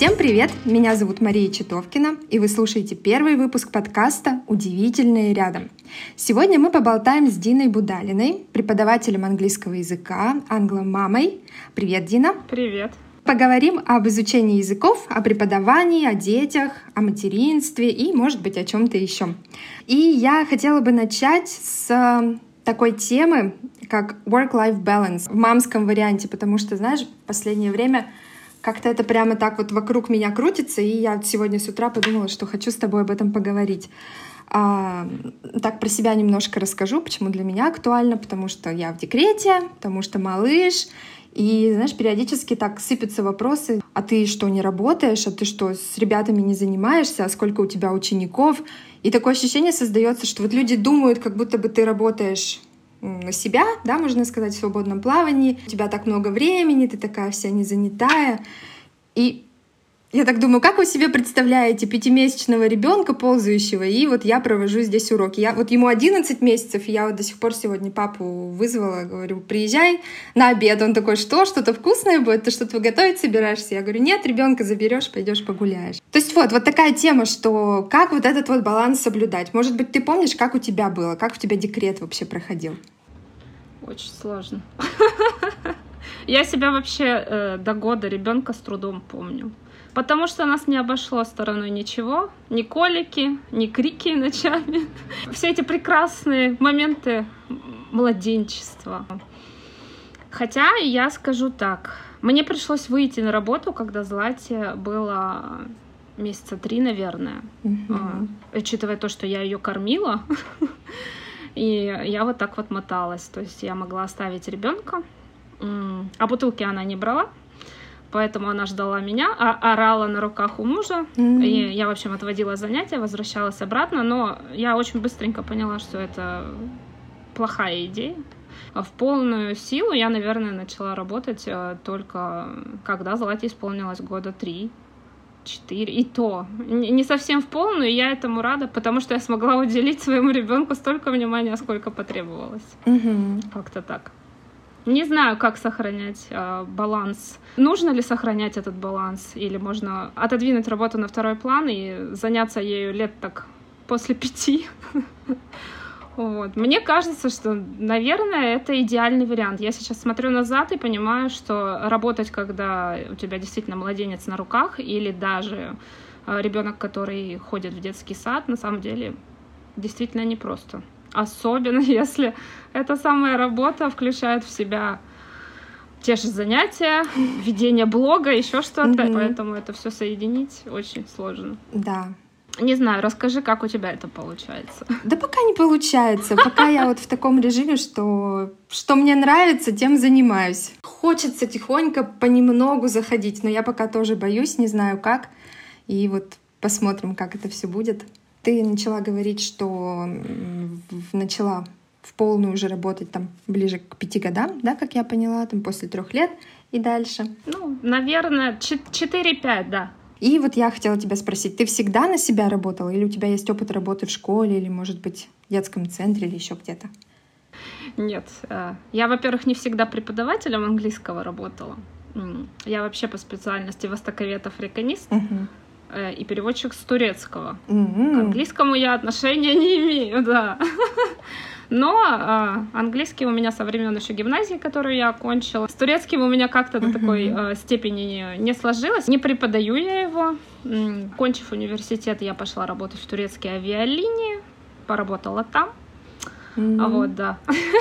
Всем привет! Меня зовут Мария Читовкина, и вы слушаете первый выпуск подкаста «Удивительные рядом». Сегодня мы поболтаем с Диной Будалиной, преподавателем английского языка, англомамой. Привет, Дина! Привет! Поговорим об изучении языков, о преподавании, о детях, о материнстве и, может быть, о чем-то еще. И я хотела бы начать с такой темы, как work-life balance в мамском варианте, потому что, знаешь, в последнее время как-то это прямо так вот вокруг меня крутится, и я сегодня с утра подумала, что хочу с тобой об этом поговорить. Так про себя немножко расскажу, почему для меня актуально, потому что я в декрете, потому что малыш, и, знаешь, периодически так сыпятся вопросы: а ты что, не работаешь? А ты что, с ребятами не занимаешься? А сколько у тебя учеников? И такое ощущение создается, что вот люди думают, как будто бы ты работаешь на себя, да, можно сказать, в свободном плавании, у тебя так много времени, ты такая вся незанятая. И я так думаю, как вы себе представляете 5-месячного ребенка ползающего, и вот я провожу здесь уроки. Вот ему 11 месяцев, и я вот до сих пор сегодня папу вызвала, говорю: приезжай на обед. Он такой: что-то вкусное будет? Ты что-то готовить собираешься? Я говорю: нет, ребенка заберешь, пойдешь погуляешь. То есть вот такая тема, что как вот этот вот баланс соблюдать. Может быть, ты помнишь, как у тебя было, как у тебя декрет вообще проходил? Очень сложно. Я себя вообще до года ребенка с трудом помню. Потому что нас не обошло стороной ничего. Ни колики, ни крики ночами. Все эти прекрасные моменты младенчества. Хотя я скажу так. Мне пришлось выйти на работу, когда Злате было месяца 3, наверное. Учитывая то, что я ее кормила. И я вот так вот моталась. То есть я могла оставить ребенка, а бутылки она не брала. Поэтому она ждала меня, орала на руках у мужа. И я, в общем, отводила занятия, возвращалась обратно. Но я очень быстренько поняла, что это плохая идея. В полную силу я, наверное, начала работать только когда Злате исполнилось года 3-4. И то не совсем в полную, и я этому рада, потому что я смогла уделить своему ребенку столько внимания, сколько потребовалось. Как-то так. Не знаю, как сохранять баланс. Нужно ли сохранять этот баланс? Или можно отодвинуть работу на второй план и заняться ею лет так после 5? Вот. Мне кажется, что, наверное, это идеальный вариант. Я сейчас смотрю назад и понимаю, что работать, когда у тебя действительно младенец на руках, или даже ребенок, который ходит в детский сад, на самом деле действительно непросто. Особенно если эта самая работа включает в себя те же занятия, ведение блога, еще что-то. Поэтому это все соединить очень сложно. Да. Не знаю, расскажи, как у тебя это получается. Да пока не получается. Пока я вот в таком режиме, что мне нравится, тем занимаюсь. Хочется тихонько, понемногу заходить, но я пока тоже боюсь, не знаю как. И вот посмотрим, как это все будет. Ты начала говорить, что начала в полную уже работать там ближе к 5 годам, да, как я поняла, там после 3 лет и дальше. Ну, наверное, 4-5, да. И вот я хотела тебя спросить, ты всегда на себя работала, или у тебя есть опыт работы в школе, или, может быть, в детском центре, или еще где-то? Нет. Я, во-первых, не всегда преподавателем английского работала. Я вообще по специальности востоковед-африканист. И переводчик с турецкого. К английскому я отношения не имею, да. Но английский у меня со времен еще гимназии, которую я окончила. С турецким у меня как-то до такой степени не сложилось. Не преподаю я его. Кончив университет, я пошла работать в турецкие авиалинии. Поработала там. Вот, да.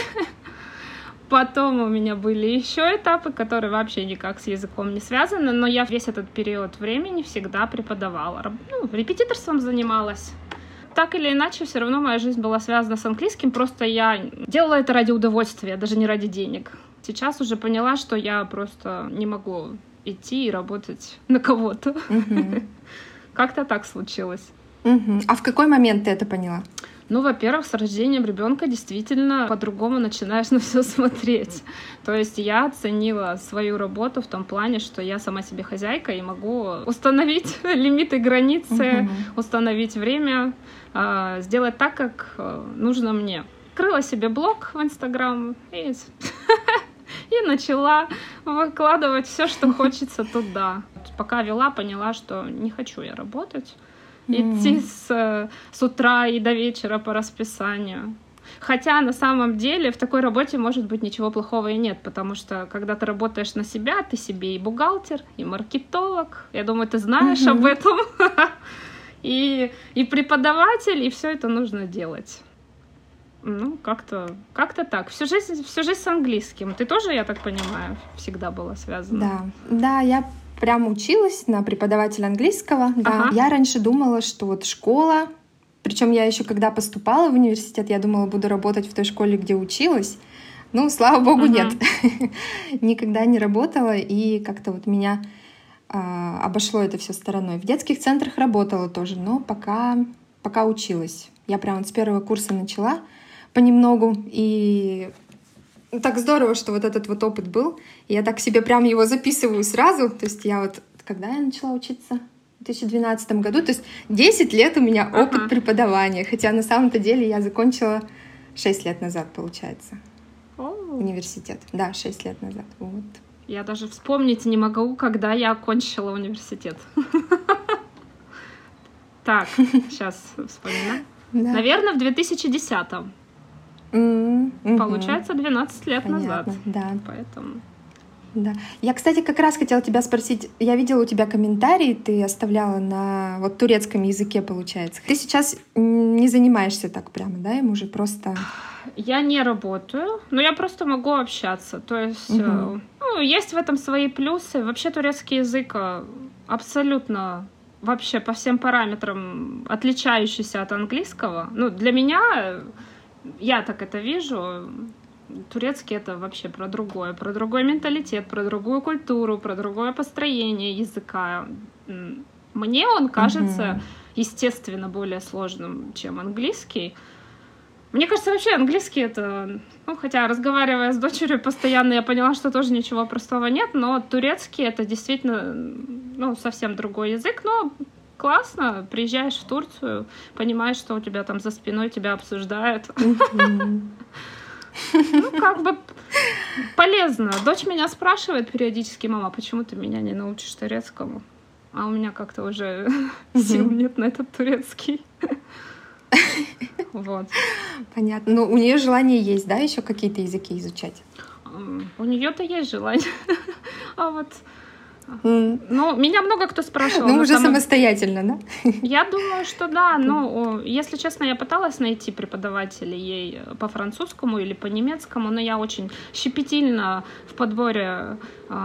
Потом у меня были еще этапы, которые вообще никак с языком не связаны, но я весь этот период времени всегда преподавала. Репетиторством занималась. Так или иначе, все равно моя жизнь была связана с английским, просто я делала это ради удовольствия, даже не ради денег. Сейчас уже поняла, что я просто не могу идти и работать на кого-то. Как-то так случилось. А в какой момент ты это поняла? Ну, во-первых, с рождением ребенка действительно по-другому начинаешь на все смотреть. То есть я оценила свою работу в том плане, что я сама себе хозяйка и могу установить лимиты, границы, установить время, сделать так, как нужно мне. Открыла себе блог в Инстаграм и начала выкладывать все, что хочется туда. пока вела, поняла, что не хочу я работать, идти с утра и до вечера по расписанию. Хотя на самом деле в такой работе, может быть, ничего плохого и нет, потому что когда ты работаешь на себя, ты себе и бухгалтер, и маркетолог. Я думаю, ты знаешь об этом. И преподаватель, и все это нужно делать. Ну, как-то так. Всю жизнь с английским. Ты тоже, я так понимаю, всегда была связана? Да, я прям училась на преподавателя английского. Да. Я раньше думала, что вот школа, причем я еще когда поступала в университет, я думала, буду работать в той школе, где училась. Ну, слава богу, нет. Никогда не работала, и как-то вот меня обошло это все стороной. В детских центрах работала тоже, но пока училась. Я прям вот с первого курса начала понемногу, и так здорово, что вот этот вот опыт был. И я так себе прям его записываю сразу. То есть я вот, когда я начала учиться? В 2012 году. То есть 10 лет у меня опыт преподавания. Хотя на самом-то деле я закончила 6 лет назад, получается. Университет. Да, 6 лет назад. Вот. Я даже вспомнить не могу, когда я окончила университет. Так, сейчас вспоминаю. Наверное, в 2010-м. Получается, 12 лет назад. Да. Поэтому... Да. Я, кстати, как раз хотела тебя спросить. Я видела у тебя комментарии, ты оставляла на вот турецком языке, получается. Ты сейчас не занимаешься так прямо, да, им уже просто... Я не работаю, но я просто могу общаться. То есть, есть в этом свои плюсы. Вообще турецкий язык абсолютно вообще по всем параметрам отличающийся от английского. Ну, для меня, я так это вижу, турецкий — это вообще про другой менталитет, про другую культуру, про другое построение языка. Мне он кажется, естественно, более сложным, чем английский. Мне кажется, вообще английский — это... Ну, хотя, разговаривая с дочерью постоянно, я поняла, что тоже ничего простого нет, но турецкий — это действительно, ну, совсем другой язык, но классно. Приезжаешь в Турцию, понимаешь, что у тебя там за спиной тебя обсуждают. Ну, как бы полезно. Дочь меня спрашивает периодически: мама, почему ты меня не научишь турецкому? А у меня как-то уже сил нет на этот турецкий. Вот. Понятно. Но у нее желание есть, да, еще какие-то языки изучать? У нее-то есть желание. А вот... Ну, меня много кто спрашивал. Ну, уже самостоятельно, да? Я думаю, что да. Ну, если честно, я пыталась найти преподавателей ей по французскому или по немецкому, но я очень щепетильна в подборе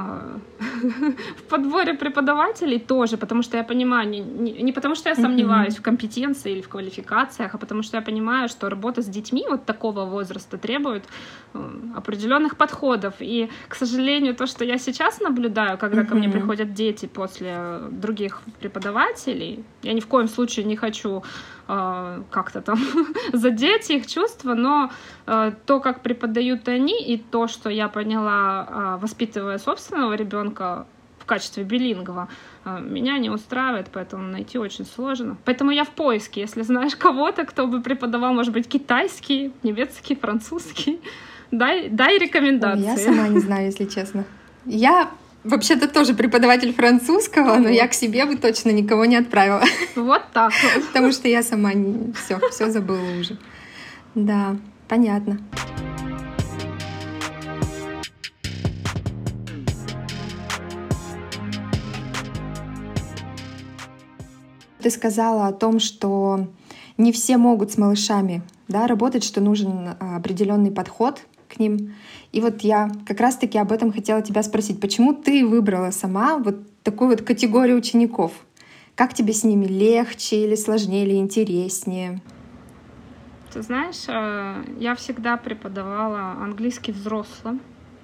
преподавателей тоже, потому что я понимаю, не потому что я сомневаюсь в компетенции или в квалификациях, а потому что я понимаю, что работа с детьми вот такого возраста требует определенных подходов. И, к сожалению, то, что я сейчас наблюдаю, когда ко мне приходят дети после других преподавателей, я ни в коем случае не хочу как-то там задеть их чувства, но то, как преподают они, и то, что я поняла, воспитывая собственного ребенка в качестве билингва, меня не устраивает, поэтому найти очень сложно. Поэтому я в поиске. Если знаешь кого-то, кто бы преподавал, может быть, китайский, немецкий, французский, дай рекомендации. Я сама не знаю, если честно. Я вообще-то тоже преподаватель французского, но я к себе бы точно никого не отправила. Вот так вот. Потому что я сама все забыла уже. Да, понятно. Ты сказала о том, что не все могут с малышами, да, работать, что нужен определенный подход к ним. И вот я как раз-таки об этом хотела тебя спросить. Почему ты выбрала сама вот такую вот категорию учеников? Как тебе с ними? Легче или сложнее, или интереснее? Ты знаешь, я всегда преподавала английский взрослым.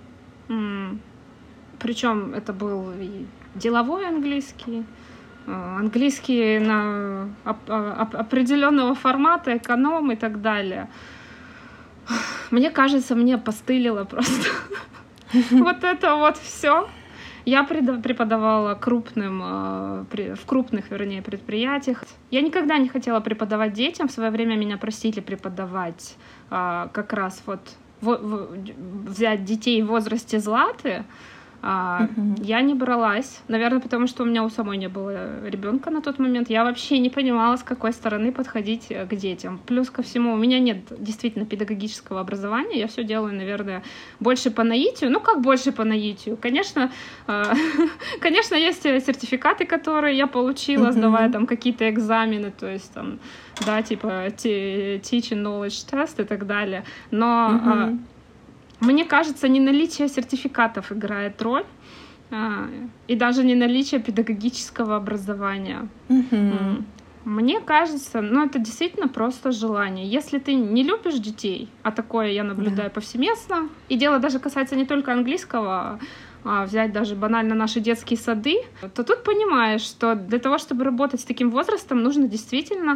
Причем это был и деловой английский, английский на определенного формата, эконом и так далее. Мне кажется, мне постылило просто вот это вот все. Я преподавала в крупных, вернее, предприятиях. Я никогда не хотела преподавать детям. В свое время меня просили преподавать как раз вот взять детей в возрасте Златы. Я не бралась, наверное, потому что у меня у самой не было ребенка на тот момент. Я вообще не понимала, с какой стороны подходить к детям. Плюс ко всему, у меня нет действительно педагогического образования. Я все делаю, наверное, больше по наитию. Ну, как больше по наитию? Конечно, есть сертификаты, которые я получила, сдавая там какие-то экзамены, то есть там, да, типа Teaching Knowledge Test и так далее. Но мне кажется, не наличие сертификатов играет роль, и даже не наличие педагогического образования. Мне кажется, это действительно просто желание. Если ты не любишь детей, а такое я наблюдаю повсеместно, и дело даже касается не только английского, а взять даже банально наши детские сады, то тут понимаешь, что для того, чтобы работать с таким возрастом, нужно действительно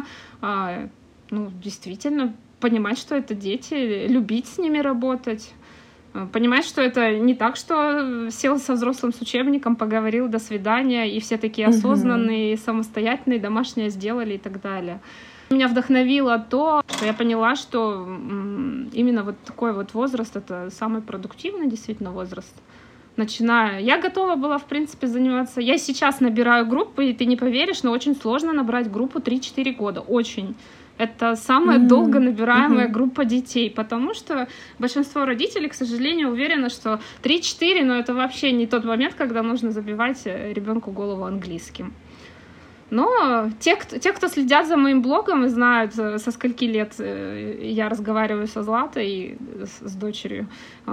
понимать, что это дети, любить с ними работать. Понимать, что это не так, что сел со взрослым с учебником, поговорил, до свидания, и все такие осознанные, самостоятельные, домашнее сделали и так далее. Меня вдохновило то, что я поняла, что именно вот такой вот возраст — это самый продуктивный действительно возраст. Я готова была, в принципе, заниматься... Я сейчас набираю группы, и ты не поверишь, но очень сложно набрать группу 3-4 года. Очень. Это самая долго набираемая группа детей, потому что большинство родителей, к сожалению, уверены, что 3-4, но это вообще не тот момент, когда нужно забивать ребенку голову английским. Но те, кто следят за моим блогом и знают, со скольки лет я разговариваю со Златой, с дочерью,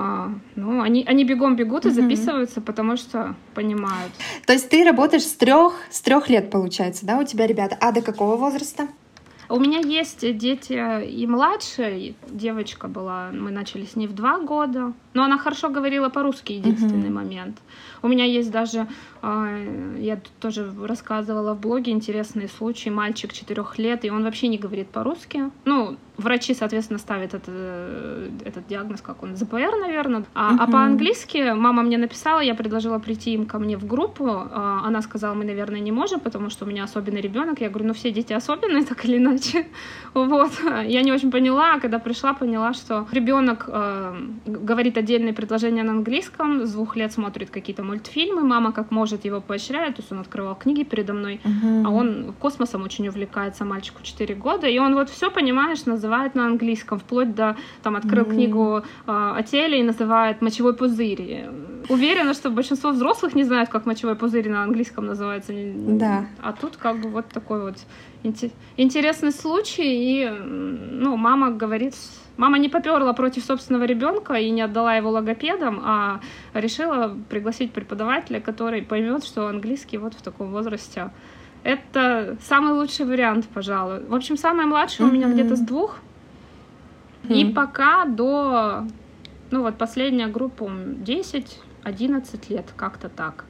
они бегом бегут и записываются, потому что понимают. То есть ты работаешь с трех лет, получается, да, у тебя ребята? А до какого возраста? У меня есть дети и младше. Девочка была, мы начали с ней в 2 года. Но она хорошо говорила по-русски, единственный момент. У меня есть даже, я тут тоже рассказывала в блоге, интересный случай. Мальчик 4 лет, и он вообще не говорит по-русски. Врачи, соответственно, ставят этот диагноз, как он, ЗПР, наверное. А по-английски мама мне написала, я предложила прийти им ко мне в группу. Она сказала, мы, наверное, не можем, потому что у меня особенный ребенок. Я говорю, все дети особенные, так или иначе. Вот. Я не очень поняла, а когда пришла, поняла, что ребенок говорит отдельные предложения на английском, с 2 лет смотрит какие-то мультфильмы, мама как может его поощряет, то есть он открывал книги передо мной, а он космосом очень увлекается, мальчику 4 года, и он вот все, понимаешь, называет на английском, вплоть до, там, открыл книгу о теле и называет мочевой пузырь. Уверена, что большинство взрослых не знают, как мочевой пузырь на английском называется. Да. А тут как бы вот такой вот интересный случай, и, мама говорит... Мама не попёрла против собственного ребенка и не отдала его логопедам, а решила пригласить преподавателя, который поймет, что английский вот в таком возрасте — это самый лучший вариант, пожалуй. В общем, самая младшая у меня где-то с 2. И пока до... последняя группа 10-11 лет, как-то так.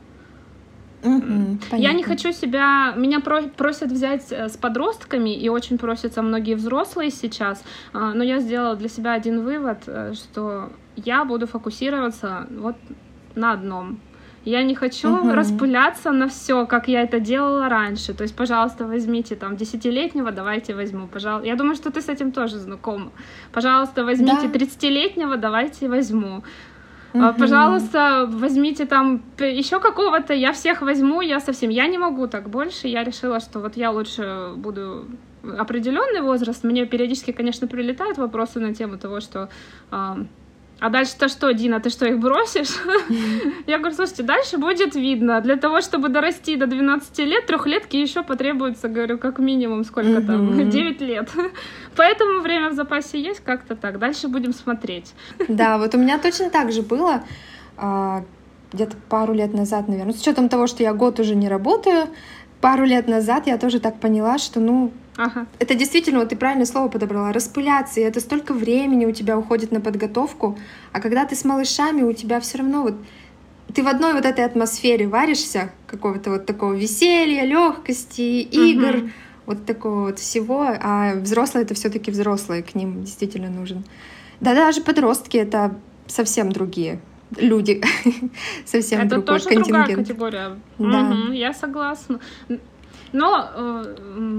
Я не хочу себя... Меня просят взять с подростками, и очень просятся многие взрослые сейчас, но я сделала для себя один вывод, что я буду фокусироваться вот на одном. Я не хочу распыляться на все, как я это делала раньше. То есть, пожалуйста, возьмите там 10-летнего, давайте возьму. Пожалуйста. Я думаю, что ты с этим тоже знакома. Пожалуйста, возьмите 30-летнего, давайте возьму. Пожалуйста, возьмите там еще какого-то, я всех возьму, я не могу так больше. Я решила, что вот я лучше буду определенный возраст. Мне периодически, конечно, прилетают вопросы на тему того, что а дальше-то что, Дина, ты что, их бросишь? Я говорю, слушайте, дальше будет видно. Для того, чтобы дорасти до 12 лет, 3-летки еще потребуется, говорю, как минимум, сколько там, 9 лет. Поэтому время в запасе есть, как-то так. Дальше будем смотреть. Да, вот у меня точно так же было. Где-то пару лет назад, наверное. С учетом того, что я год уже не работаю, пару лет назад я тоже так поняла, что, это действительно, вот ты правильное слово подобрала, распыляться, и это столько времени у тебя уходит на подготовку, а когда ты с малышами, у тебя все равно вот ты в одной вот этой атмосфере варишься, какого-то вот такого веселья, легкости, игр, вот такого вот всего, а взрослые — это все-таки взрослые, к ним действительно нужен. Да даже подростки — это совсем другие люди, совсем другой контингент. Это тоже другая категория. Да. Я согласна. Но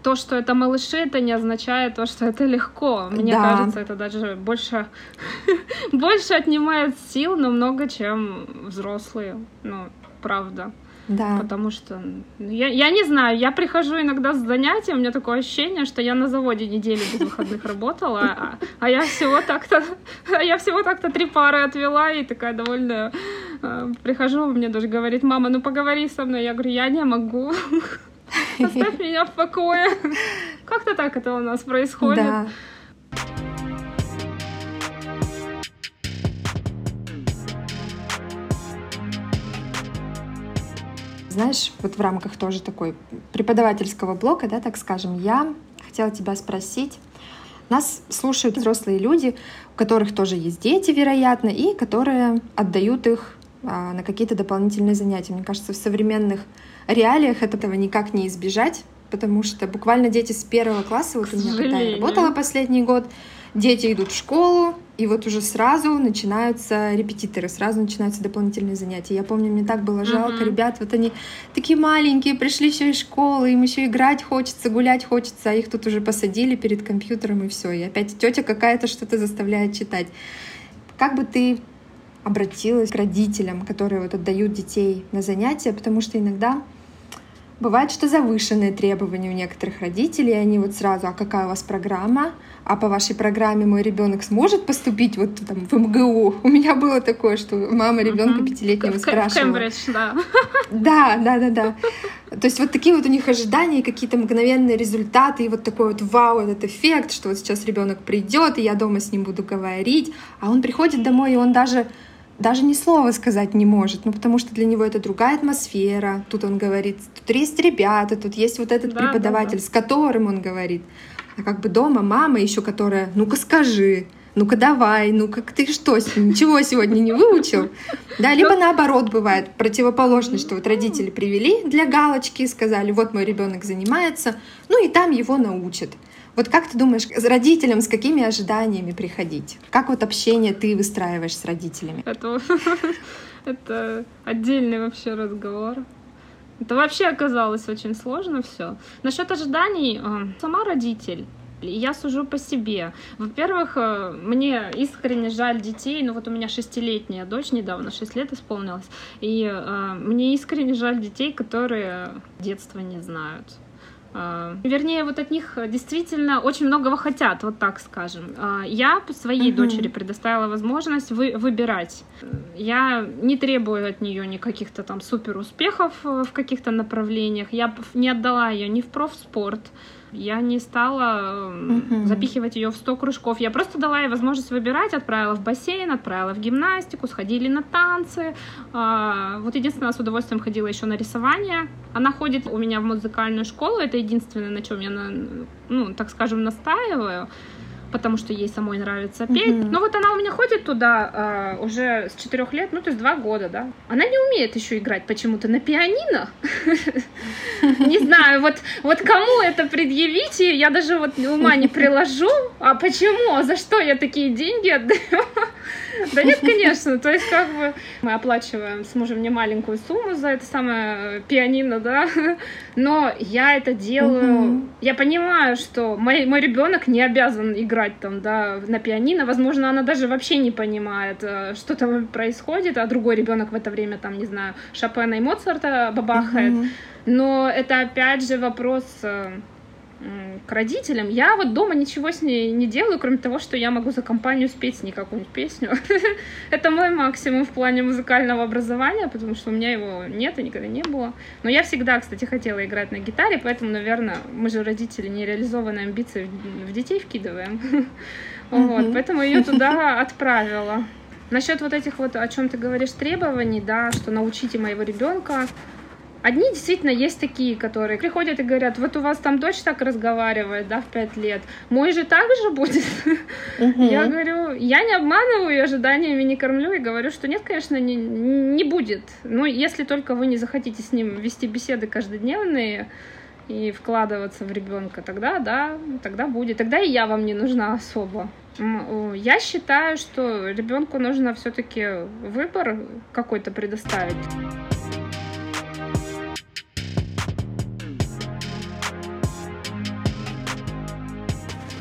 то, что это малыши, это не означает то, что это легко. Мне кажется, это даже больше отнимает сил намного, чем взрослые. Ну, правда. Да. Потому что я не знаю, я прихожу иногда с занятия, у меня такое ощущение, что я на заводе неделю без выходных работала, а я всего так-то 3 пары отвела, и такая довольная. Прихожу, мне даже говорит: мама, ну поговори со мной. Я говорю: я не могу. Оставь меня в покое. Как-то так это у нас происходит. Да. Знаешь, вот в рамках тоже такой преподавательского блока, да, так скажем, я хотела тебя спросить. Нас слушают взрослые люди, у которых тоже есть дети, вероятно, и которые отдают их на какие-то дополнительные занятия. Мне кажется, в современных реалиях этого никак не избежать, потому что буквально дети с 1 класса, вот у меня когда я работала последний год, дети идут в школу, и вот уже сразу начинаются репетиторы, сразу начинаются дополнительные занятия. Я помню, мне так было жалко ребят, вот они такие маленькие, пришли еще из школы, им еще играть хочется, гулять хочется, а их тут уже посадили перед компьютером, и все, и опять тетя какая-то что-то заставляет читать. Как бы ты обратилась к родителям, которые вот отдают детей на занятия, потому что иногда бывает, что завышенные требования у некоторых родителей, и они вот сразу: а какая у вас программа? А по вашей программе мой ребенок сможет поступить вот там в МГУ? У меня было такое, что мама ребенка 5-летнего спрашивала. Кембридж, да. Да. То есть вот такие вот у них ожидания, какие-то мгновенные результаты, и вот такой вот вау, этот эффект, что вот сейчас ребенок придет, и я дома с ним буду говорить, а он приходит домой, и он даже ни слова сказать не может, ну потому что для него это другая атмосфера. Тут он говорит, тут есть ребята, тут есть вот этот преподаватель, с которым он говорит. А как бы дома мама еще, которая: ну-ка скажи, ну-ка давай, ну-ка ты что, ничего сегодня не выучил? Да, либо наоборот бывает, противоположно, что вот родители привели для галочки и сказали: вот мой ребенок занимается, ну и там его научат. Вот как ты думаешь, родителям с какими ожиданиями приходить? Как вот общение ты выстраиваешь с родителями? Это отдельный вообще разговор. Это вообще оказалось очень сложно все. Насчет ожиданий, сама родитель. Я сужу по себе. Во-первых, мне искренне жаль детей. Ну вот у меня 6-летняя дочь, недавно 6 лет исполнилось. И мне искренне жаль детей, которые детства не знают. Вернее, вот от них действительно очень многого хотят, вот так скажем. Я своей дочери предоставила возможность выбирать. Я не требую от нее никаких-то там супер успехов в каких-то направлениях. Я не отдала ее ни в профспорт. Я не стала запихивать ее в 100 кружков. Я просто дала ей возможность выбирать, отправила в бассейн, отправила в гимнастику, сходили на танцы. Вот единственное, с удовольствием ходила еще на рисование. Она ходит у меня в музыкальную школу. Это единственное, на чем я, ну, так скажем, настаиваю, потому что ей самой нравится петь. Но вот она у меня ходит туда уже с 4 лет, ну, то есть 2 года, да. Она не умеет еще играть почему-то на пианино. Не знаю, вот кому это предъявите, я даже вот ума не приложу. А почему? А за что я такие деньги отдаю? Да нет, конечно. То есть как бы мы оплачиваем с мужем немаленькую сумму за это самое пианино, да. Но я это делаю. Я понимаю, что мой ребенок не обязан играть там, да, на пианино. Возможно, она даже вообще не понимает, что там происходит, а другой ребенок в это время там, не знаю, Шопена и Моцарта бабахает. Но это опять же вопрос к родителям. Я вот дома ничего с ней не делаю, кроме того, что я могу за компанию спеть с ней какую-нибудь песню. Это мой максимум в плане музыкального образования, потому что у меня его нет и никогда не было. Но я всегда, кстати, хотела играть на гитаре, поэтому, наверное, мы же родители нереализованные амбиции в детей вкидываем. Вот, поэтому ее туда отправила. Насчет вот этих вот, о чем ты говоришь, требований, да, что научите моего ребенка. Одни действительно есть такие, которые приходят и говорят: вот у вас там дочь так разговаривает, да, в 5 лет, мой же так же будет. Я говорю, я не обманываю, ожиданиями не кормлю, и говорю, что нет, конечно, не будет. Ну, если только вы не захотите с ним вести беседы каждодневные и вкладываться в ребенка, тогда да, тогда будет. Тогда и я вам не нужна особо. Я считаю, что ребенку нужно все-таки выбор какой-то предоставить.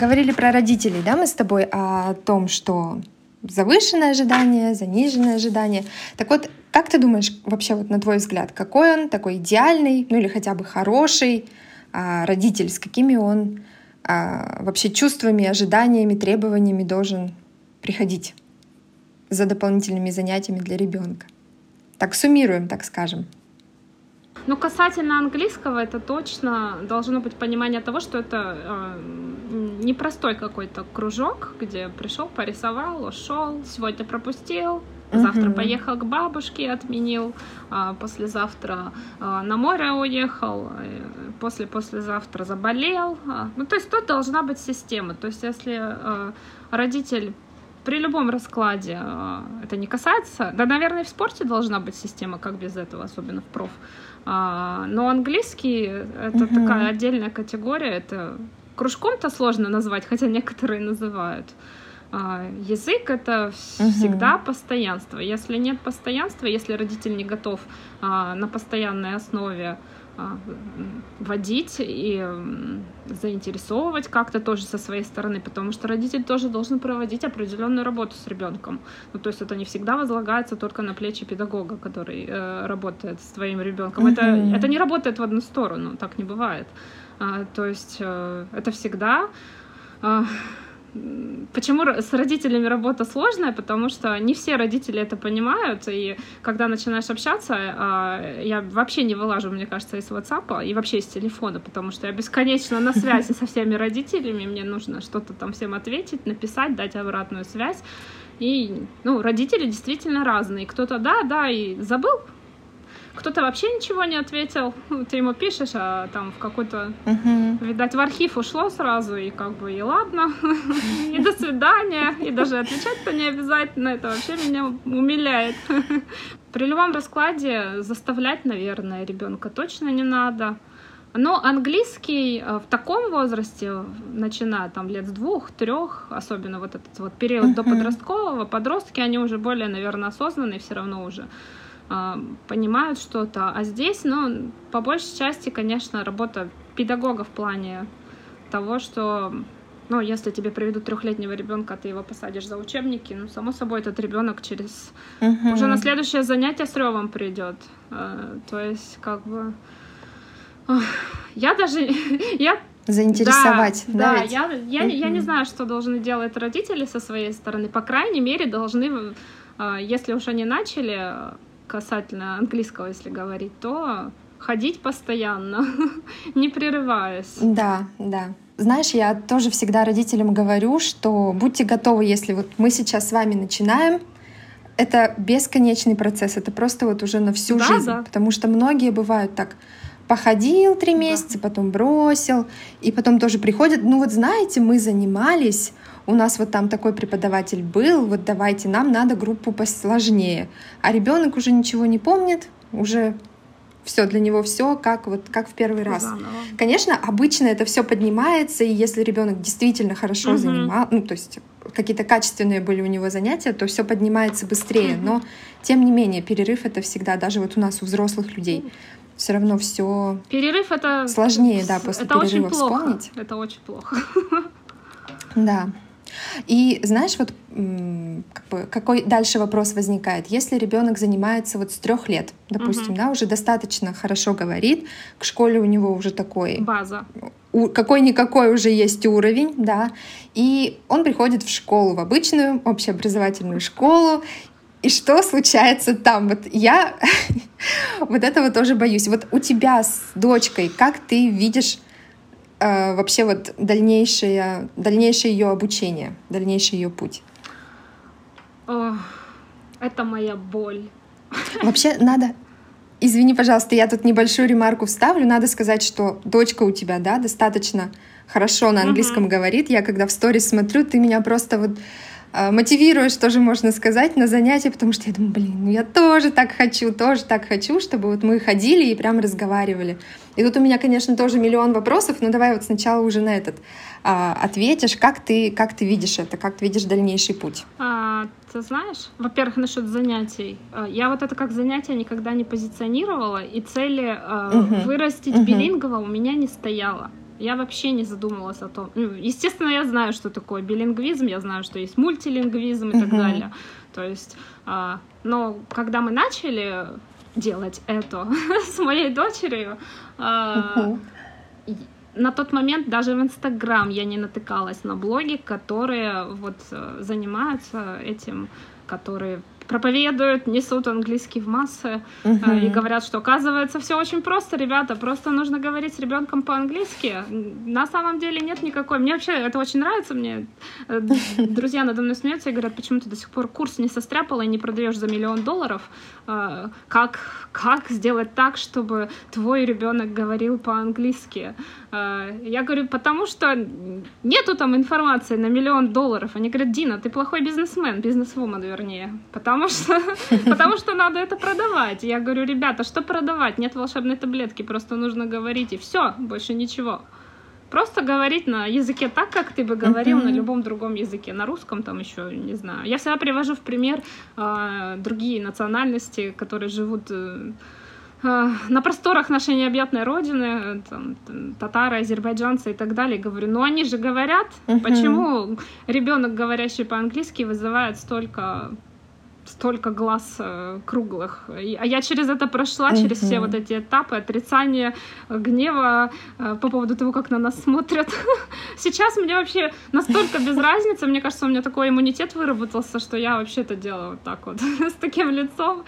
Говорили про родителей, да, мы с тобой о том, что завышенное ожидание, заниженное ожидание. Так вот, как ты думаешь, вообще вот на твой взгляд, какой он такой идеальный, ну или хотя бы хороший родитель, с какими он вообще чувствами, ожиданиями, требованиями должен приходить за дополнительными занятиями для ребенка? Так суммируем, так скажем. Ну, касательно английского, это точно должно быть понимание того, что это непростой какой-то кружок, где пришел, порисовал, ушел, сегодня пропустил, завтра поехал к бабушке, отменил, послезавтра на море уехал, послезавтра заболел. Ну, то есть тут должна быть система. То есть если родитель при любом раскладе это не касается, да, наверное, и в спорте должна быть система, как без этого, особенно в проф. Но английский — это такая отдельная категория, это кружком-то сложно назвать, хотя некоторые называют. Язык — это всегда постоянство. Если нет постоянства, если родитель не готов на постоянной основе водить и заинтересовывать как-то тоже со своей стороны, потому что родитель тоже должен проводить определенную работу с ребенком. Ну, то есть это не всегда возлагается только на плечи педагога, который работает с твоим ребенком. Это не работает в одну сторону, так не бывает. То есть это всегда... Почему с родителями работа сложная? Потому что не все родители это понимают, и когда начинаешь общаться, я вообще не вылажу, мне кажется, из WhatsApp и вообще из телефона, потому что я бесконечно на связи со всеми родителями, мне нужно что-то там всем ответить, написать, дать обратную связь. И, родители действительно разные. Кто-то да, и забыл, кто-то вообще ничего не ответил. Ты ему пишешь, а там в какой-то, видать, в архив ушло сразу, и как бы и ладно, и до свидания, и даже отвечать-то не обязательно. Это вообще меня умиляет. При любом раскладе заставлять, наверное, ребенка точно не надо. Но английский в таком возрасте, начиная там лет с 2-3, особенно вот этот вот период до подросткового, подростки, они уже более, наверное, осознанные, все равно уже понимают что-то. А здесь, по большей части, конечно, работа педагога в плане того, что, если тебе приведут 3-летнего ребенка, ты его посадишь за учебники, само собой, этот ребенок через уже на следующее занятие с ревом придет. То есть, как бы... Я даже... Заинтересовать. Да, я не знаю, что должны делать родители со своей стороны. По крайней мере, должны, если уж они начали... касательно английского, если говорить, то ходить постоянно, не прерываясь. Да. Знаешь, я тоже всегда родителям говорю, что будьте готовы, если вот мы сейчас с вами начинаем, это бесконечный процесс, это просто вот уже на всю жизнь, потому что многие бывают так: походил 3 месяца, потом бросил, и потом тоже приходят, знаете, мы занимались, у нас вот там такой преподаватель был, вот давайте, нам надо группу посложнее. А ребенок уже ничего не помнит, уже все для него все как в первый раз. Заново. Конечно, обычно это все поднимается, и если ребенок действительно хорошо занимал, то есть какие-то качественные были у него занятия, то все поднимается быстрее. Но тем не менее, перерыв — это всегда, даже вот у нас у взрослых людей, все равно все перерыв — это сложнее, после это перерыва очень плохо. вспомнить. Это очень плохо. Да. И знаешь, вот какой дальше вопрос возникает? Если ребенок занимается вот с 3 лет, допустим, уже достаточно хорошо говорит, к школе у него уже такой... База. Какой-никакой уже есть уровень, да, и он приходит в школу, в обычную общеобразовательную школу, и что случается там? Вот я вот этого тоже боюсь. Вот у тебя с дочкой, как ты видишь вообще вот дальнейшее ее обучение, дальнейший ее путь? Это моя боль. Вообще надо... Извини, пожалуйста, я тут небольшую ремарку вставлю. Надо сказать, что дочка у тебя, достаточно хорошо на английском говорит. Я когда в сторис смотрю, ты меня просто вот мотивируешь, тоже можно сказать, на занятия, потому что я думаю, я тоже так хочу, чтобы вот мы ходили и прям разговаривали. И тут у меня, конечно, тоже миллион вопросов, но давай вот сначала уже на этот ответишь. Как ты видишь это, как ты видишь дальнейший путь? Ты знаешь, во-первых, насчет занятий. Я вот это как занятие никогда не позиционировала, и цели вырастить билингва у меня не стояло. Я вообще не задумывалась о том. Ну, естественно, я знаю, что такое билингвизм, я знаю, что есть мультилингвизм и так далее. То есть, но когда мы начали делать это с моей дочерью, на тот момент даже в Инстаграм я не натыкалась на блоги, которые вот занимаются этим, которые проповедуют, несут английский в массы и говорят, что оказывается все очень просто, ребята, просто нужно говорить с ребенком по-английски. На самом деле нет никакой. Мне вообще это очень нравится, мне друзья надо мной смеются и говорят, почему ты до сих пор курс не состряпала и не продаешь за $1 миллион? Как сделать так, чтобы твой ребенок говорил по-английски? Я говорю, потому что нету там информации на $1 миллион. Они говорят, Дина, ты плохой бизнесмен, бизнесвумен, вернее, потому что надо это продавать. Я говорю, ребята, что продавать? Нет волшебной таблетки, просто нужно говорить, и все, больше ничего. Просто говорить на языке так, как ты бы говорил на любом другом языке, на русском там еще, не знаю. Я всегда привожу в пример другие национальности, которые живут на просторах нашей необъятной родины, там, татары, азербайджанцы и так далее. Говорю, ну они же говорят, почему ребенок, говорящий по-английски, вызывает столько глаз круглых. А я через это прошла, через все вот эти этапы отрицания, гнева по поводу того, как на нас смотрят. Сейчас мне вообще настолько без разницы, мне кажется, у меня такой иммунитет выработался, что я вообще это делаю вот так вот, с таким лицом.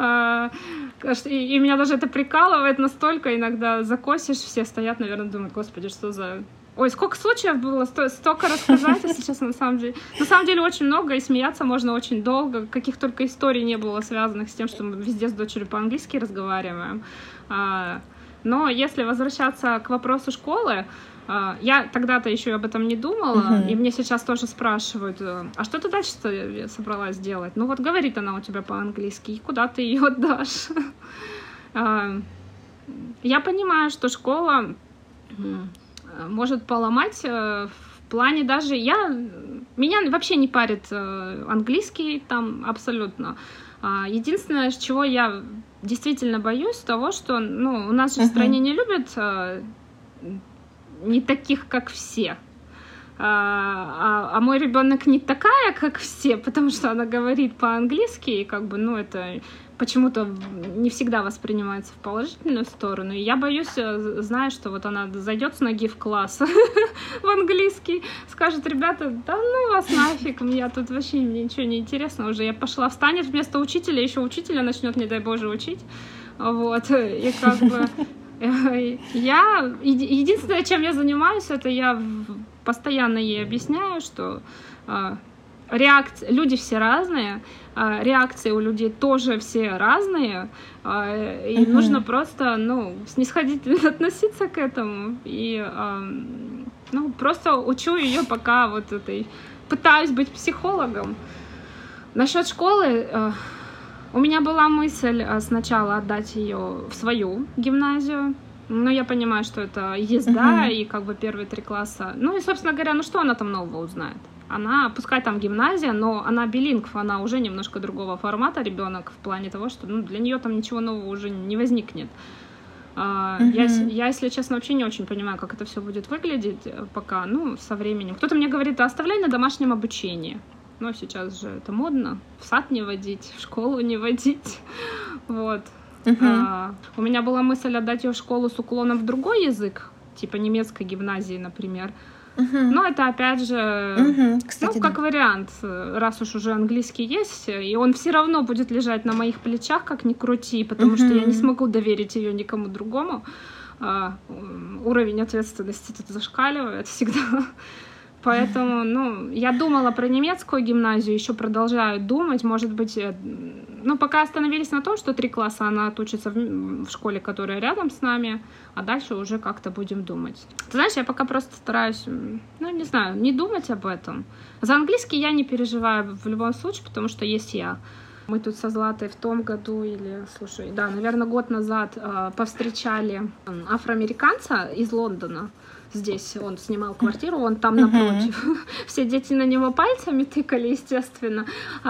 И меня даже это прикалывает настолько, иногда закосишь, все стоят, наверное, думают, господи, что за... Ой, сколько случаев было, столько рассказать, если честно, на самом деле. На самом деле очень много, и смеяться можно очень долго. Каких только историй не было, связанных с тем, что мы везде с дочерью по-английски разговариваем. Но если возвращаться к вопросу школы, я тогда-то еще об этом не думала, и мне сейчас тоже спрашивают, а что ты дальше-то собралась делать? Ну вот говорит она у тебя по-английски, и куда ты ее отдашь? Я понимаю, что школа может поломать в плане даже... Меня вообще не парит английский там абсолютно. Единственное, чего я действительно боюсь, того, что у нас же в стране не любят не таких, как все. А мой ребенок не такая, как все, потому что она говорит по-английски, и это почему-то не всегда воспринимается в положительную сторону. И я боюсь, зная, что вот она зайдет с ноги в класс в английский, скажет, ребята, да ну вас нафиг, мне тут вообще ничего не интересно уже. Я пошла, встанет вместо учителя, еще учителя начнет, не дай Боже, учить. Вот, и единственное, чем я занимаюсь, это я постоянно ей объясняю, что люди все разные, реакции у людей тоже все разные, и нужно просто, снисходительно относиться к этому. И просто учу ее пока пытаюсь быть психологом. Насчет школы, у меня была мысль сначала отдать ее в свою гимназию, но я понимаю, что это езда, и первые 3 класса. И, собственно говоря, что она там нового узнает? Она, пускай там гимназия, но она билингв, она уже немножко другого формата ребенок в плане того, что для нее там ничего нового уже не возникнет. Я, если честно, вообще не очень понимаю, как это все будет выглядеть пока, со временем. Кто-то мне говорит, оставляй на домашнем обучении. Но сейчас же это модно, в сад не водить, в школу не водить. Вот. У меня была мысль отдать ее в школу с уклоном в другой язык, типа немецкой гимназии, например. Но это опять же, кстати, как вариант, раз уж уже английский есть, и он все равно будет лежать на моих плечах, как ни крути, потому что я не смогу доверить ее никому другому. Уровень ответственности тут зашкаливает всегда. Поэтому, я думала про немецкую гимназию, еще продолжаю думать, может быть, пока остановились на том, что 3 класса она отучится в школе, которая рядом с нами, а дальше уже как-то будем думать. Ты знаешь, я пока просто стараюсь, не знаю, не думать об этом. За английский я не переживаю в любом случае, потому что есть я. Мы тут со Златой в том году наверное, год назад повстречали афроамериканца из Лондона, здесь он снимал квартиру, он там напротив. Все дети на него пальцами тыкали, естественно.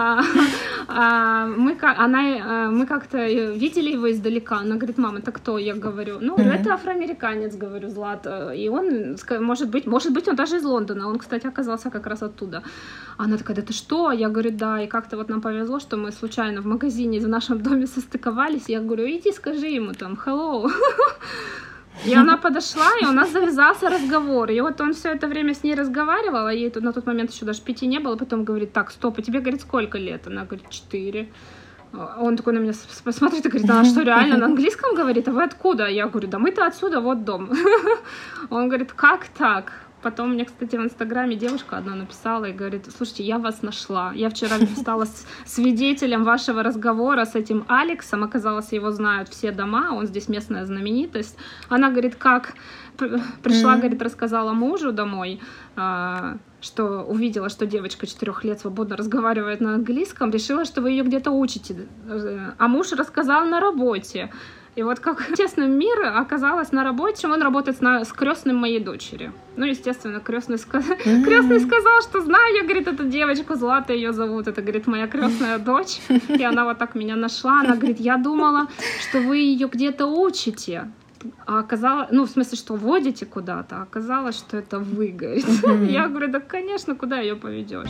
Мы как-то видели его издалека. Она говорит: мама, это кто? Я говорю: ну, это афроамериканец, говорю, Злат. И он, может быть, он даже из Лондона. Он, кстати, оказался как раз оттуда. Она такая: да ты что? Я говорю: да. И как-то вот нам повезло, что мы случайно в магазине в нашем доме состыковались. Я говорю: иди скажи ему там hello. И она подошла, и у нас завязался разговор. И вот он все это время с ней разговаривал, а ей на тот момент еще даже 5 не было. Потом говорит: так, стоп, а тебе, говорит, сколько лет? Она говорит: 4. Он такой на меня посмотрит и говорит: а что, реально на английском говорит? А вы откуда? Я говорю: да мы-то отсюда, вот дом. Он говорит: как так? Потом мне, кстати, в Инстаграме девушка одна написала и говорит: слушайте, я вас нашла. Я вчера стала свидетелем вашего разговора с этим Алексом. Оказалось, его знают все дома, он здесь местная знаменитость. Она говорит: как? Пришла, говорит, рассказала мужу домой, что увидела, что девочка 4 лет свободно разговаривает на английском, решила, что вы ее где-то учите. А муж рассказал на работе. И вот как честно мир оказалось на работе, он работает с крестным моей дочери. Ну, естественно, крестный сказал, что знаю, я, говорит, эту девочку, Злата ее зовут, это, говорит, моя крестная дочь. И она вот так меня нашла, она говорит: я думала, что вы ее где-то учите. А оказалось, ну, в смысле, что водите куда-то, а оказалось, что это вы, говорит. Я говорю: да, конечно, куда ее поведешь?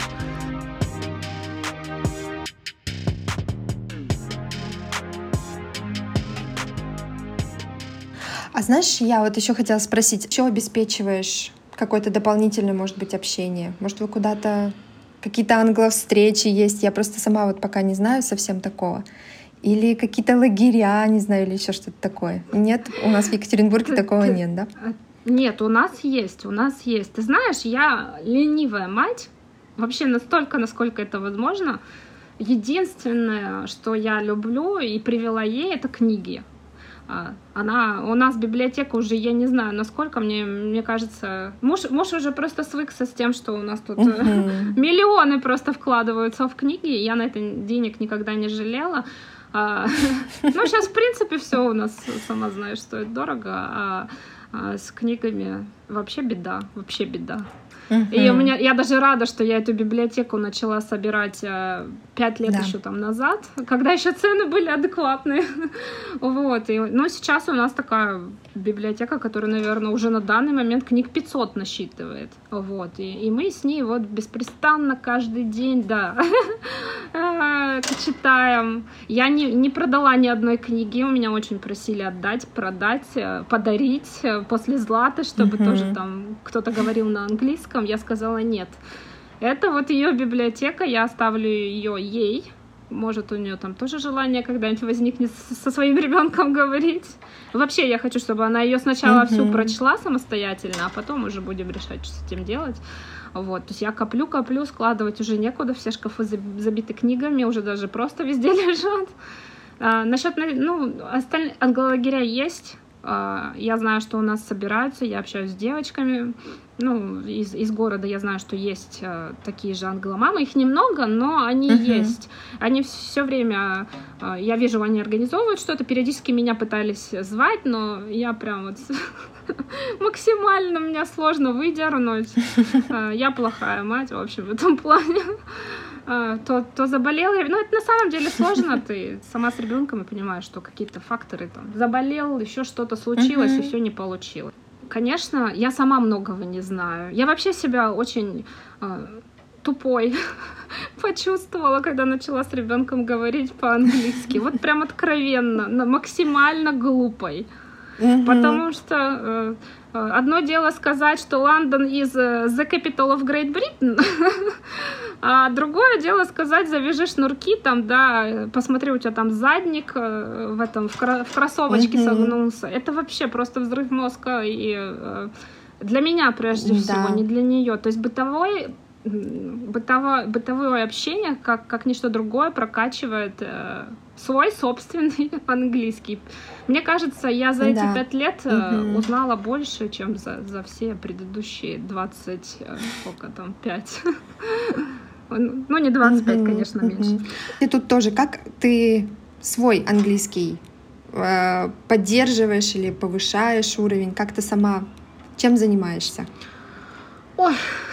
А знаешь, я вот еще хотела спросить, что обеспечиваешь какое-то дополнительное, может быть, общение? Может, вы куда-то какие-то англо-встречи есть? Я просто сама вот пока не знаю совсем такого. Или какие-то лагеря, не знаю, или еще что-то такое. Нет, у нас в Екатеринбурге такого нет, да? Нет, у нас есть. Ты знаешь, я ленивая мать, вообще настолько, насколько это возможно. Единственное, что я люблю и привела ей, это книги. У нас библиотека уже, я не знаю, насколько, мне кажется, муж уже просто свыкся с тем, что у нас тут миллионы просто вкладываются в книги, я на это денег никогда не жалела. Ну, сейчас, в принципе, все у нас, сама знаешь, стоит дорого, а с книгами вообще беда. И я даже рада, что я эту библиотеку начала собирать 5 лет еще там назад, когда еще цены были адекватные. Вот. Но сейчас у нас такая библиотека, которая, наверное, уже на данный момент книг 500 насчитывает. Вот. И мы с ней вот беспрестанно каждый день, читаем. Я не продала ни одной книги, у меня очень просили отдать, продать, подарить после Златы, чтобы тоже там кто-то говорил на английском. Я сказала: нет. Это вот ее библиотека, я оставлю ее ей. Может, у нее там тоже желание когда-нибудь возникнет со своим ребенком говорить. Вообще, я хочу, чтобы она ее сначала всю прочла самостоятельно, а потом уже будем решать, что с этим делать. Вот, то есть я коплю, складывать уже некуда, все шкафы забиты книгами, уже даже просто везде лежат. Насчет, остальных англолагеря есть. Я знаю, что у нас собираются, я общаюсь с девочками, из города я знаю, что есть такие же англомамы, их немного, но они есть. Они все время, я вижу, они организовывают что-то, периодически меня пытались звать, но я прям вот максимально меня сложно выдернуть. Я плохая мать, в общем, в этом плане. То заболел, это на самом деле сложно, ты сама с ребенком и понимаешь, что какие-то факторы там заболел, еще что-то случилось и все не получилось. Конечно, я сама многого не знаю. Я вообще себя очень тупой почувствовала, когда начала с ребенком говорить по-английски. Вот прям откровенно, максимально глупой. Потому что одно дело сказать, что Лондон is the capital of Great Britain, а другое дело сказать: завяжи шнурки, там, да, посмотри, у тебя там задник в кроссовочке согнулся. Это вообще просто взрыв мозга, и для меня прежде всего, не для нее. То есть бытовое общение, как ничто другое, прокачивает свой собственный английский. Мне кажется, я за эти 5 лет узнала больше, чем за все предыдущие 5. Ну, не 25, конечно, меньше. И тут тоже, как ты свой английский поддерживаешь или повышаешь уровень? Как ты сама Чем занимаешься? Ой,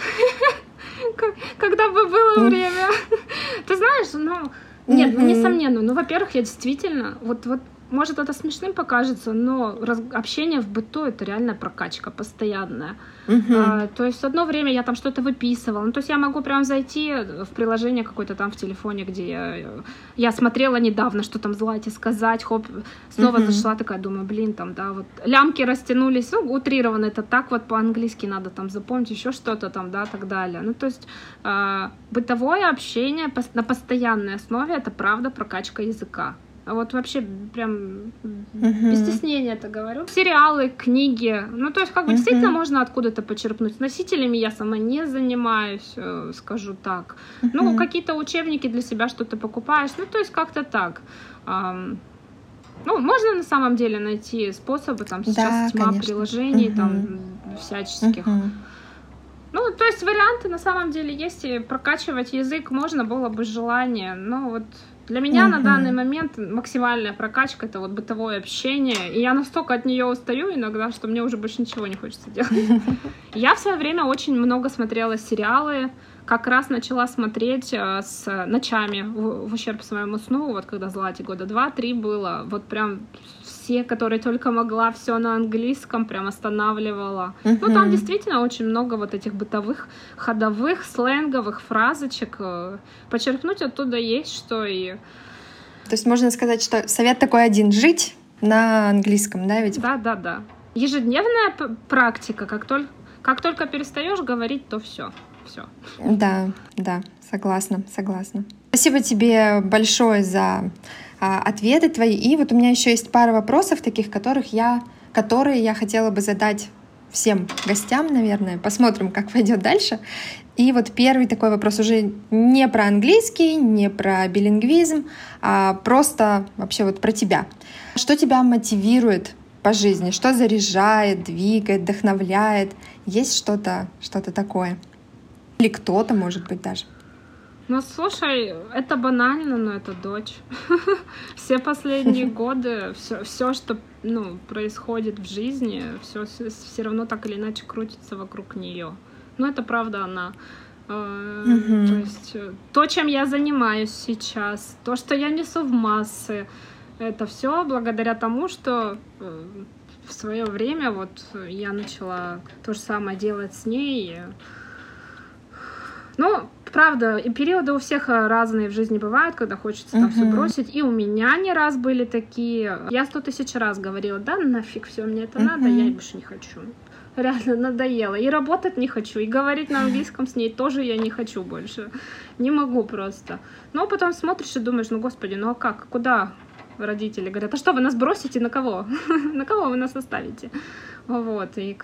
когда бы было время. Ты знаешь, нет, несомненно. Во-первых, я действительно, вот может, это смешным покажется, но общение в быту — это реальная прокачка постоянная. То есть одно время я там что-то выписывала. То есть я могу прям зайти в приложение какое-то там в телефоне, где я смотрела недавно, что там Злате сказать, хоп, снова зашла, такая, думаю, там, да, вот лямки растянулись, утрированно, это так вот по-английски надо там запомнить, еще что-то там, да, так далее. То есть бытовое общение на постоянной основе — это правда прокачка языка. А вот вообще прям без стеснения это говорю. Сериалы, книги. То есть действительно можно откуда-то почерпнуть. С носителями я сама не занимаюсь, скажу так. Какие-то учебники для себя что-то покупаешь. То есть как-то так. Можно на самом деле найти способы. Там сейчас тьма приложений там всяческих. То есть варианты на самом деле есть, и прокачивать язык можно было бы желание, но вот для меня на данный момент максимальная прокачка — это вот бытовое общение, и я настолько от нее устаю иногда, что мне уже больше ничего не хочется делать. Я в свое время очень много смотрела сериалы, как раз начала смотреть с ночами в ущерб своему сну, вот когда Злате года 2-3 было, вот прям все, которые только могла, все на английском, прям останавливала. Там действительно очень много вот этих бытовых, ходовых, сленговых фразочек. Почерпнуть оттуда есть что и... То есть можно сказать, что совет такой один — жить на английском, да, ведь? Да. Ежедневная практика, как только перестаешь говорить, то все. Да, согласна. Спасибо тебе большое за ответы твои. И вот у меня еще есть пара вопросов таких, которые я хотела бы задать всем гостям, наверное. Посмотрим, как пойдет дальше. И вот первый такой вопрос уже не про английский, не про билингвизм, а просто вообще вот про тебя. Что тебя мотивирует по жизни? Что заряжает, двигает, вдохновляет? Есть что-то такое? Или кто-то, может быть, даже? Слушай, это банально, но это дочь. Все последние годы, все, что происходит в жизни, все равно так или иначе крутится вокруг нее. Это правда она. То есть то, чем я занимаюсь сейчас, то, что я несу в массы, это все благодаря тому, что в свое время вот я начала то же самое делать с ней. Правда, и периоды у всех разные в жизни бывают, когда хочется там все бросить. И у меня не раз были такие. Я 100 000 раз говорила, да нафиг все, мне это надо, я больше не хочу. Реально надоело. И работать не хочу, и говорить на английском с ней тоже я не хочу больше. Не могу просто. Но потом смотришь и думаешь, господи, а как? Куда? Родители говорят, а что, вы нас бросите? На кого? На кого вы нас оставите? Вот, и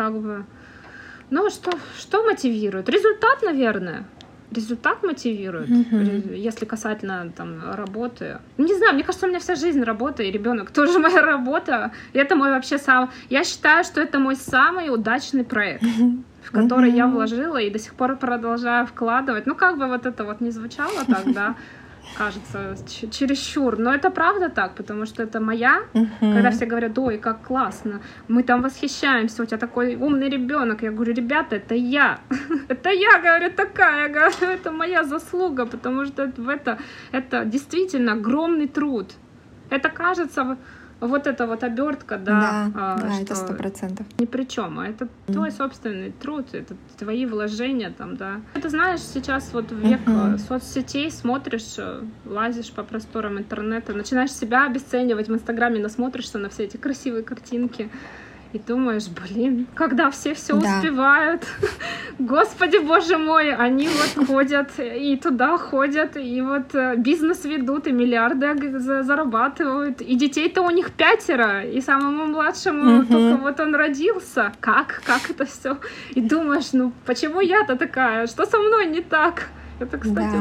что мотивирует? Результат, наверное. Результат мотивирует, если касательно там работы. Не знаю, мне кажется, у меня вся жизнь работа, и ребенок тоже моя работа. И это мой вообще Я считаю, что это мой самый удачный проект, в который я вложила и до сих пор продолжаю вкладывать. Вот это вот не звучало так, да, кажется, чересчур. Но это правда так, потому что это моя. Когда все говорят, ой, как классно, мы там восхищаемся, у тебя такой умный ребенок. Я говорю, ребята, это я. Это я, говорю, такая. Я говорю, это моя заслуга, потому что это действительно огромный труд. Это кажется... Вот эта вот обертка, да, это 100%. Ни при чем, а это твой собственный труд, это твои вложения там, да. Ты знаешь, сейчас вот век соцсетей, смотришь, лазишь по просторам интернета, начинаешь себя обесценивать в Инстаграме, насмотришься на все эти красивые картинки. И думаешь, когда все успевают, Господи, Боже мой, они вот ходят и туда ходят, и вот бизнес ведут, и миллиарды зарабатывают, и детей-то у них 5, и самому младшему только вот он родился. Как это все? И думаешь, почему я-то такая? Что со мной не так? Это, кстати,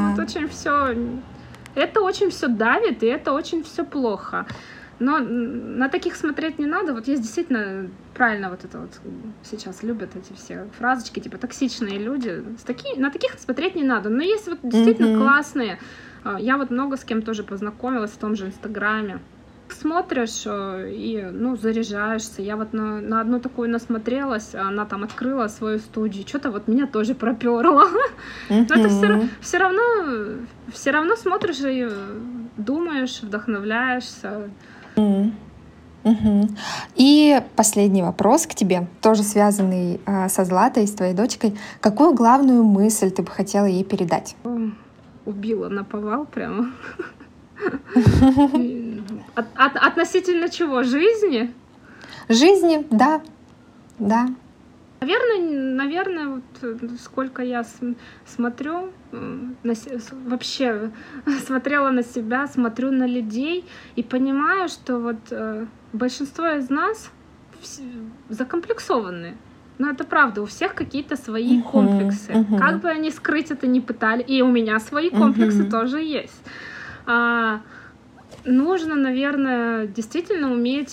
это очень все давит, и это очень все плохо. Но на таких смотреть не надо. Вот есть действительно, правильно вот это вот сейчас любят эти все фразочки, типа токсичные люди. На таких смотреть не надо. Но есть вот действительно классные. Я вот много с кем тоже познакомилась в том же Инстаграме. смотришь и, ну, заряжаешься. Я вот на одну такую насмотрелась, она там открыла свою студию, что-то вот меня тоже проперло. Но это все равно смотришь и думаешь, вдохновляешься. И последний вопрос к тебе, тоже связанный со Златой, с твоей дочкой. Какую главную мысль ты бы хотела ей передать? Убила наповал прямо. Относительно чего? Жизни? Жизни, да. Наверное, вот сколько я смотрю, вообще смотрела на себя, смотрю на людей и понимаю, что вот большинство из нас закомплексованы. Но это правда, у всех какие-то свои комплексы. Как бы они скрыть это ни пытались, и у меня свои комплексы тоже есть. Нужно, наверное, действительно уметь,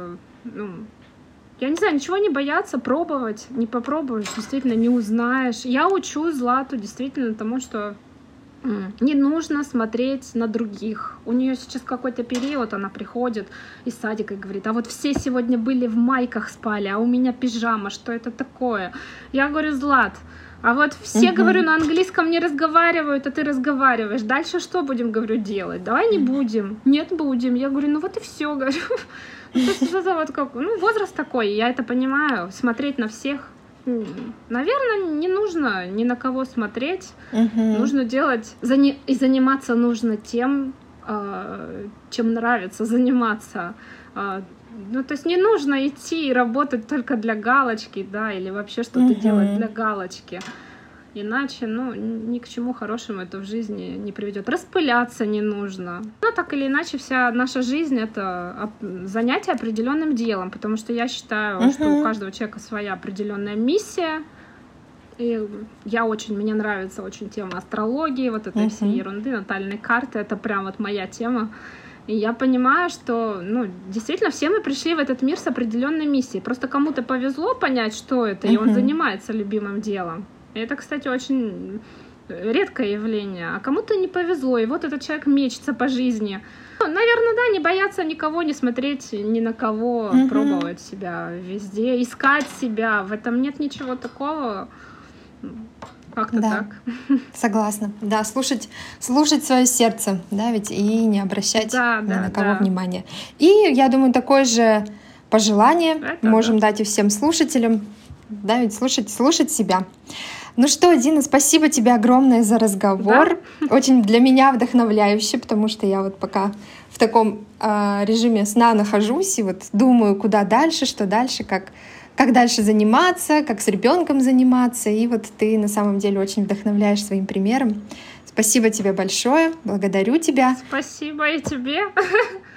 я не знаю, ничего не бояться, пробовать. Не попробуешь, действительно не узнаешь. Я учу Злату действительно тому, что не нужно смотреть на других. У нее сейчас какой-то период, она приходит из садика и говорит: а вот все сегодня были в майках спали, а у меня пижама, что это такое? Я говорю: Злат, а вот все, говорю, на английском не разговаривают, а ты разговариваешь. Дальше что будем, говорю, делать? Давай не будем. Нет, будем. Я говорю: ну вот и все, говорю. Это вот как, возраст такой, я это понимаю. Смотреть на всех, наверное, не нужно ни на кого смотреть. Нужно делать, и заниматься нужно тем, чем нравится заниматься. То есть не нужно идти и работать только для галочки, да, или вообще что-то делать для галочки. Иначе, ни к чему хорошему это в жизни не приведет. Распыляться не нужно. Но так или иначе вся наша жизнь — это занятие определенным делом, потому что я считаю, что у каждого человека своя определенная миссия. И мне нравится очень тема астрологии, вот этой всей ерунды, натальной карты. Это прям вот моя тема. И я понимаю, что, действительно, все мы пришли в этот мир с определенной миссией. Просто кому-то повезло понять, что это, и он занимается любимым делом. И это, кстати, очень редкое явление. А кому-то не повезло, и вот этот человек мечется по жизни. Наверное, да, не бояться никого, не смотреть ни на кого, пробовать себя везде, искать себя. В этом нет ничего такого. Как-то так. Согласна. Да, слушать свое сердце, да, ведь и не обращать ни на кого внимания. И я думаю, такое же пожелание можем дать и всем слушателям, да, ведь слушать себя. Ну что, Дина, спасибо тебе огромное за разговор. Очень для меня вдохновляюще, потому что я вот пока в таком режиме сна нахожусь и вот думаю, куда дальше, что дальше, как дальше заниматься, как с ребенком заниматься. И вот ты на самом деле очень вдохновляешь своим примером. Спасибо тебе большое, благодарю тебя. Спасибо и тебе.